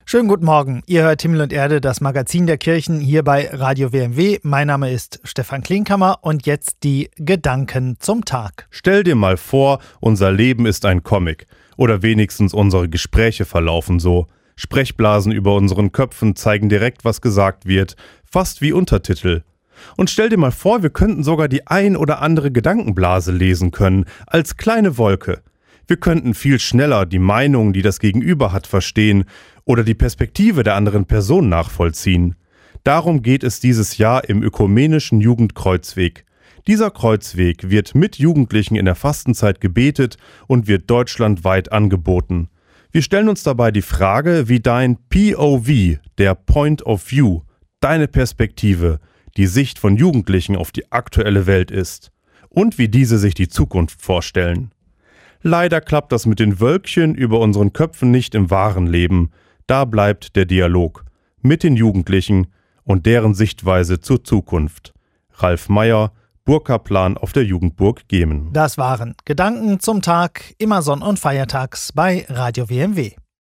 Schönen guten Morgen. Ihr hört Himmel und Erde, das Magazin der Kirchen hier bei Radio WMW. Mein Name ist Stefan Klinkhammer und jetzt die Gedanken zum Tag. Stell dir mal vor, unser Leben ist ein Comic. Oder wenigstens unsere Gespräche verlaufen so. Sprechblasen über unseren Köpfen zeigen direkt, was gesagt wird. Fast wie Untertitel. Und stell dir mal vor, wir könnten sogar die ein oder andere Gedankenblase lesen können, als kleine Wolke. Wir könnten viel schneller die Meinung, die das Gegenüber hat, verstehen oder die Perspektive der anderen Person nachvollziehen. Darum geht es dieses Jahr im ökumenischen Jugendkreuzweg. Dieser Kreuzweg wird mit Jugendlichen in der Fastenzeit gebetet und wird deutschlandweit angeboten. Wir stellen uns dabei die Frage, wie dein POV, der Point of View, deine Perspektive, die Sicht von Jugendlichen auf die aktuelle Welt ist und wie diese sich die Zukunft vorstellen. Leider klappt das mit den Wölkchen über unseren Köpfen nicht im wahren Leben. Da bleibt der Dialog mit den Jugendlichen und deren Sichtweise zur Zukunft. Ralf Meyer, Burgkaplan auf der Jugendburg Gemen. Das waren Gedanken zum Tag, immer sonn- und feiertags bei Radio WMW.